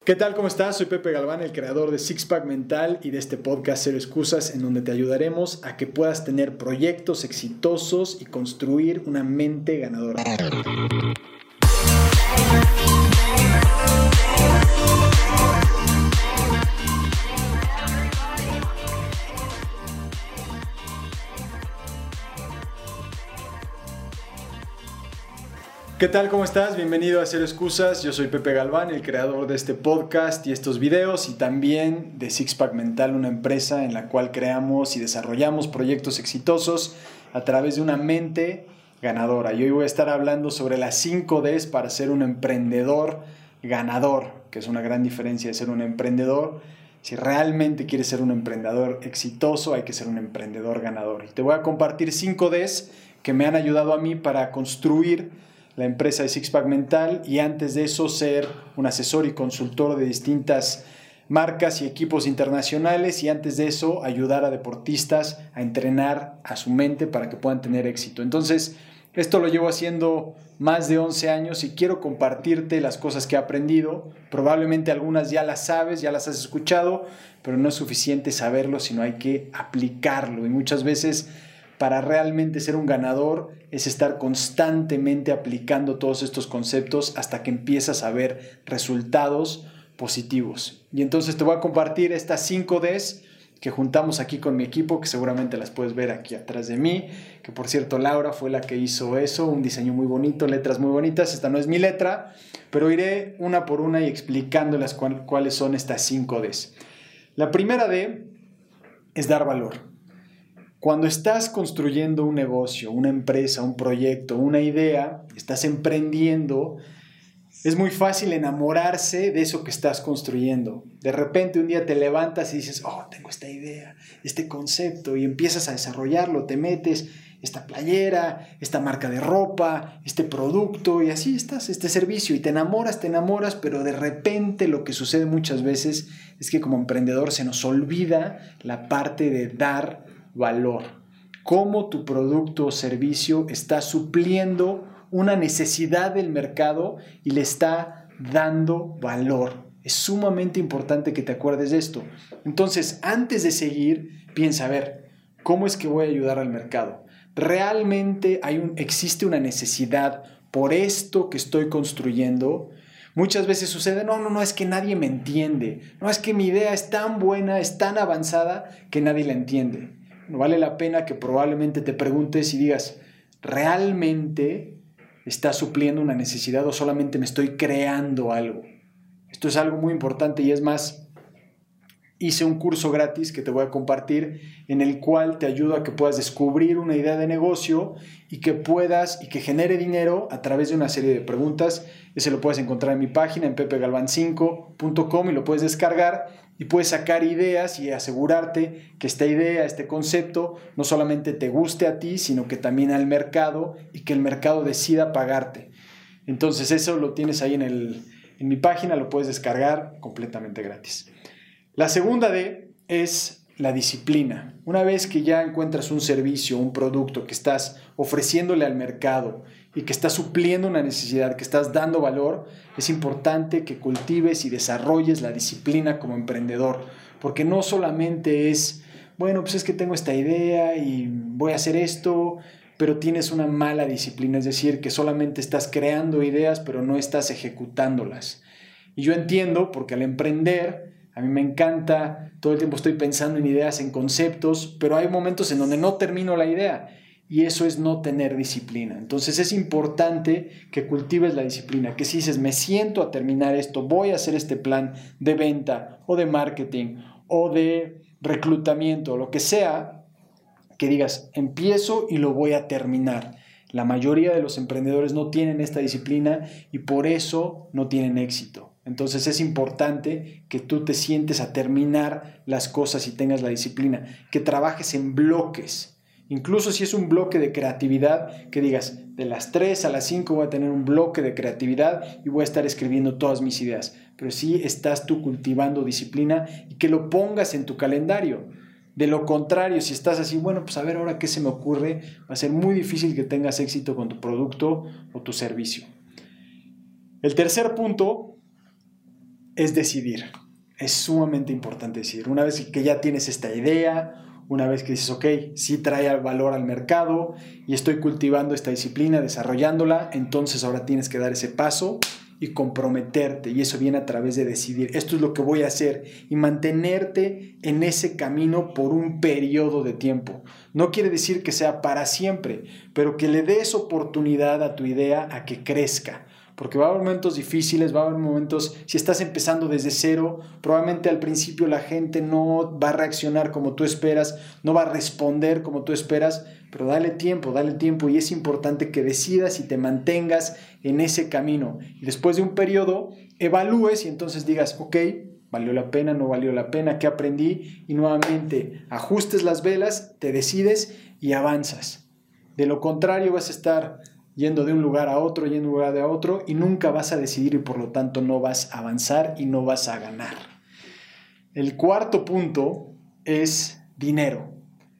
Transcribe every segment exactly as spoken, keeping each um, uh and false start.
¿Qué tal? ¿Cómo estás? Soy Pepe Galván, el creador de Sixpack Mental y de este podcast Cero Excusas, en donde te ayudaremos a que puedas tener proyectos exitosos y construir una mente ganadora. ¿Qué tal? ¿Cómo estás? Bienvenido a Cero Excusas. Yo soy Pepe Galván, el creador de este podcast y estos videos, y también de Sixpack Mental, una empresa en la cual creamos y desarrollamos proyectos exitosos a través de una mente ganadora. Y hoy voy a estar hablando sobre las cinco Ds para ser un emprendedor ganador, que es una gran diferencia de ser un emprendedor. Si realmente quieres ser un emprendedor exitoso, hay que ser un emprendedor ganador. Y te voy a compartir cinco Ds que me han ayudado a mí para construir la empresa de Sixpack Mental, y antes de eso ser un asesor y consultor de distintas marcas y equipos internacionales, y antes de eso ayudar a deportistas a entrenar a su mente para que puedan tener éxito. Entonces, esto lo llevo haciendo más de once años y quiero compartirte las cosas que he aprendido. Probablemente algunas ya las sabes, ya las has escuchado, pero no es suficiente saberlo, sino hay que aplicarlo. Y muchas veces, para realmente ser un ganador, es estar constantemente aplicando todos estos conceptos hasta que empiezas a ver resultados positivos. Y entonces te voy a compartir estas cinco Ds que juntamos aquí con mi equipo, que seguramente las puedes ver aquí atrás de mí, que por cierto Laura fue la que hizo eso, un diseño muy bonito, letras muy bonitas. Esta no es mi letra, pero iré una por una y explicándolas cuál, cuáles son estas cinco Ds. La primera D es dar valor. Cuando estás construyendo un negocio, una empresa, un proyecto, una idea, estás emprendiendo, es muy fácil enamorarse de eso que estás construyendo. De repente un día te levantas y dices, oh, tengo esta idea, este concepto, y empiezas a desarrollarlo, te metes esta playera, esta marca de ropa, este producto, y así estás, este servicio, y te enamoras, te enamoras, pero de repente lo que sucede muchas veces es que como emprendedor se nos olvida la parte de dar valor. Cómo tu producto o servicio está supliendo una necesidad del mercado y le está dando valor. Es sumamente importante que te acuerdes de esto. Entonces, antes de seguir, piensa, a ver, ¿cómo es que voy a ayudar al mercado? ¿Realmente hay un, existe una necesidad por esto que estoy construyendo? Muchas veces sucede, no, no, no, es que nadie me entiende. No, es que mi idea es tan buena, es tan avanzada que nadie la entiende. No vale la pena que probablemente te preguntes y digas, ¿realmente está supliendo una necesidad o solamente me estoy creando algo? Esto es algo muy importante, y es más, hice un curso gratis que te voy a compartir en el cual te ayudo a que puedas descubrir una idea de negocio y que puedas y que genere dinero a través de una serie de preguntas. Ese lo puedes encontrar en mi página en pepe galvan cinco punto com y lo puedes descargar y puedes sacar ideas y asegurarte que esta idea, este concepto, no solamente te guste a ti, sino que también al mercado, y que el mercado decida pagarte. Entonces eso lo tienes ahí en, el, en mi página, lo puedes descargar completamente gratis. La segunda D es la disciplina. Una vez que ya encuentras un servicio, un producto que estás ofreciéndole al mercado y que estás supliendo una necesidad, que estás dando valor, es importante que cultives y desarrolles la disciplina como emprendedor, porque no solamente es, bueno, pues es que tengo esta idea y voy a hacer esto, pero tienes una mala disciplina, es decir, que solamente estás creando ideas, pero no estás ejecutándolas. Y yo entiendo, porque al emprender, a mí me encanta, todo el tiempo estoy pensando en ideas, en conceptos, pero hay momentos en donde no termino la idea, y eso es no tener disciplina. Entonces es importante que cultives la disciplina, que si dices, me siento a terminar esto, voy a hacer este plan de venta o de marketing o de reclutamiento, lo que sea, que digas, empiezo y lo voy a terminar. La mayoría de los emprendedores no tienen esta disciplina y por eso no tienen éxito. Entonces es importante que tú te sientes a terminar las cosas y tengas la disciplina, que trabajes en bloques. Incluso si es un bloque de creatividad, que digas, de las tres a las cinco voy a tener un bloque de creatividad y voy a estar escribiendo todas mis ideas. Pero sí estás tú cultivando disciplina y que lo pongas en tu calendario. De lo contrario, si estás así, bueno, pues a ver ahora qué se me ocurre, va a ser muy difícil que tengas éxito con tu producto o tu servicio. El tercer punto es decidir. Es sumamente importante decidir. Una vez que ya tienes esta idea, una vez que dices, ok, sí trae valor al mercado y estoy cultivando esta disciplina, desarrollándola, entonces ahora tienes que dar ese paso y comprometerte, y eso viene a través de decidir, esto es lo que voy a hacer, y mantenerte en ese camino por un periodo de tiempo. No quiere decir que sea para siempre, pero que le des oportunidad a tu idea a que crezca. Porque va a haber momentos difíciles, va a haber momentos, si estás empezando desde cero, probablemente al principio la gente no va a reaccionar como tú esperas, no va a responder como tú esperas, pero dale tiempo, dale tiempo, y es importante que decidas y te mantengas en ese camino. Y después de un periodo, evalúes y entonces digas, ok, ¿valió la pena? ¿No valió la pena? ¿Qué aprendí? Y nuevamente ajustes las velas, te decides y avanzas. De lo contrario vas a estar yendo de un lugar a otro, yendo de un lugar a otro, y nunca vas a decidir y por lo tanto no vas a avanzar y no vas a ganar. El cuarto punto es dinero.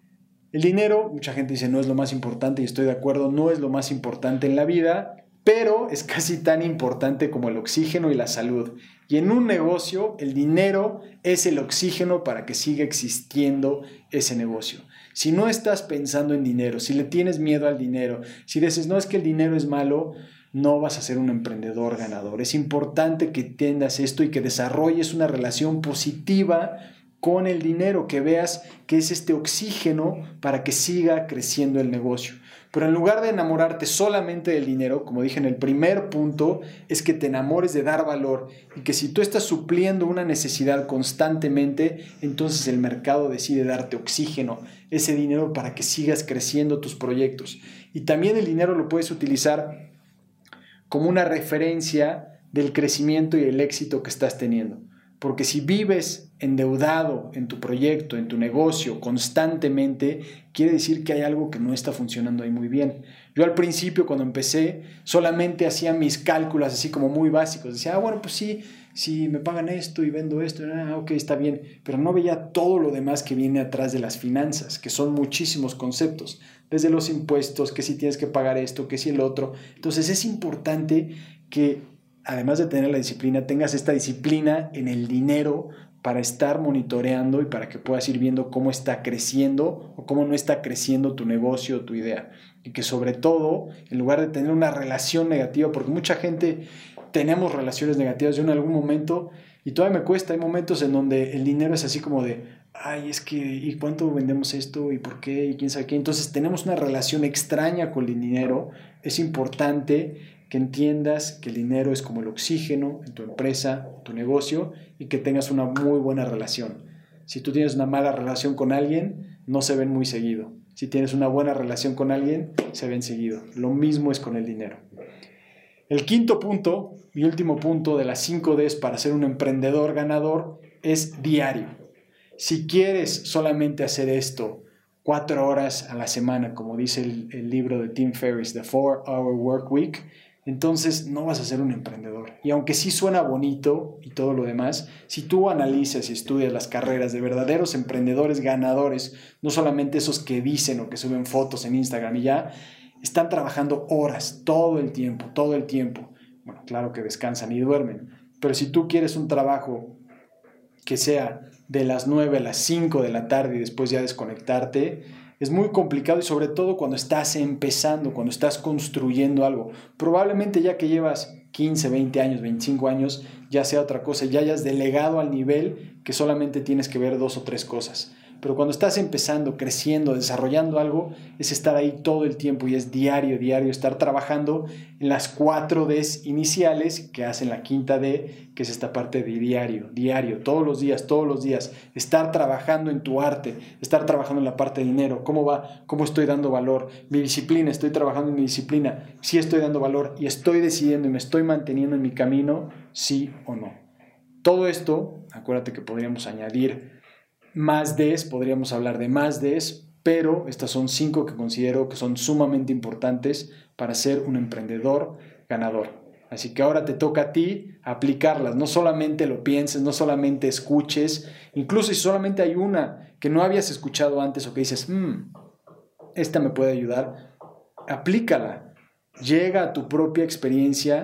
El dinero, mucha gente dice, no es lo más importante, y estoy de acuerdo, no es lo más importante en la vida, pero es casi tan importante como el oxígeno y la salud. Y en un negocio, el dinero es el oxígeno para que siga existiendo ese negocio. Si no estás pensando en dinero, si le tienes miedo al dinero, si dices, no, es que el dinero es malo, no vas a ser un emprendedor ganador. Es importante que entiendas esto y que desarrolles una relación positiva con el dinero, que veas que es este oxígeno para que siga creciendo el negocio. Pero en lugar de enamorarte solamente del dinero, como dije en el primer punto, es que te enamores de dar valor, y que si tú estás supliendo una necesidad constantemente, entonces el mercado decide darte oxígeno, ese dinero para que sigas creciendo tus proyectos. Y también el dinero lo puedes utilizar como una referencia del crecimiento y el éxito que estás teniendo. Porque si vives endeudado en tu proyecto, en tu negocio, constantemente, quiere decir que hay algo que no está funcionando ahí muy bien. Yo al principio, cuando empecé, solamente hacía mis cálculos así como muy básicos. Decía, ah, bueno, pues sí, si me pagan esto y vendo esto, ah, ok, está bien. Pero no veía todo lo demás que viene atrás de las finanzas, que son muchísimos conceptos. Desde los impuestos, que si tienes que pagar esto, que si el otro. Entonces es importante que, además de tener la disciplina, tengas esta disciplina en el dinero para estar monitoreando y para que puedas ir viendo cómo está creciendo o cómo no está creciendo tu negocio o tu idea. Y que sobre todo, en lugar de tener una relación negativa, porque mucha gente tenemos relaciones negativas, yo en algún momento, y todavía me cuesta, hay momentos en donde el dinero es así como de, ay, es que, ¿y cuánto vendemos esto? ¿Y por qué? ¿Y quién sabe qué? Entonces tenemos una relación extraña con el dinero. Es importante que entiendas que el dinero es como el oxígeno en tu empresa, tu negocio, y que tengas una muy buena relación. Si tú tienes una mala relación con alguien, no se ven muy seguido. Si tienes una buena relación con alguien, se ven seguido. Lo mismo es con el dinero. El quinto punto y último punto de las cinco Ds para ser un emprendedor ganador es diario. Si quieres solamente hacer esto cuatro horas a la semana, como dice el, el libro de Tim Ferriss, The four hour Work Week, entonces no vas a ser un emprendedor. Y aunque sí suena bonito y todo lo demás, si tú analizas y estudias las carreras de verdaderos emprendedores ganadores, no solamente esos que dicen o que suben fotos en Instagram y ya, están trabajando horas, todo el tiempo, todo el tiempo. Bueno, claro que descansan y duermen, pero si tú quieres un trabajo que sea de las nueve a las cinco de la tarde y después ya desconectarte, es muy complicado, y sobre todo cuando estás empezando, cuando estás construyendo algo. Probablemente ya que llevas quince, veinte años, veinticinco años, ya sea otra cosa, ya hayas delegado al nivel que solamente tienes que ver dos o tres cosas. Pero cuando estás empezando, creciendo, desarrollando algo, es estar ahí todo el tiempo y es diario, diario, estar trabajando en las cuatro Ds iniciales que hacen la quinta D, que es esta parte de diario, diario, todos los días, todos los días. Estar trabajando en tu arte, estar trabajando en la parte de dinero, cómo va, cómo estoy dando valor, mi disciplina, estoy trabajando en mi disciplina, sí estoy dando valor y estoy decidiendo y me estoy manteniendo en mi camino, sí o no. Todo esto, acuérdate que podríamos añadir más Ds, podríamos hablar de más Ds, pero estas son cinco que considero que son sumamente importantes para ser un emprendedor ganador. Así que ahora te toca a ti aplicarlas, no solamente lo pienses, no solamente escuches, incluso si solamente hay una que no habías escuchado antes o que dices, mmm, esta me puede ayudar, aplícala, llega a tu propia experiencia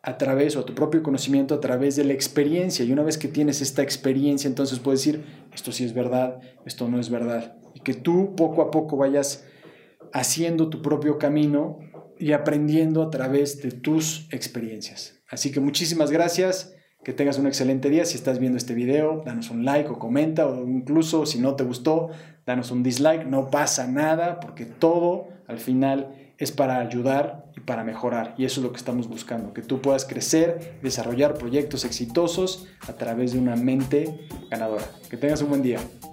a través, o a tu propio conocimiento a través de la experiencia. Y una vez que tienes esta experiencia, entonces puedes decir, esto sí es verdad, esto no es verdad. Y que tú poco a poco vayas haciendo tu propio camino y aprendiendo a través de tus experiencias. Así que muchísimas gracias, que tengas un excelente día. Si estás viendo este video, danos un like o comenta, o incluso si no te gustó, danos un dislike. No pasa nada, porque todo al final es para ayudar y para mejorar, y eso es lo que estamos buscando, que tú puedas crecer, desarrollar proyectos exitosos a través de una mente ganadora. Que tengas un buen día.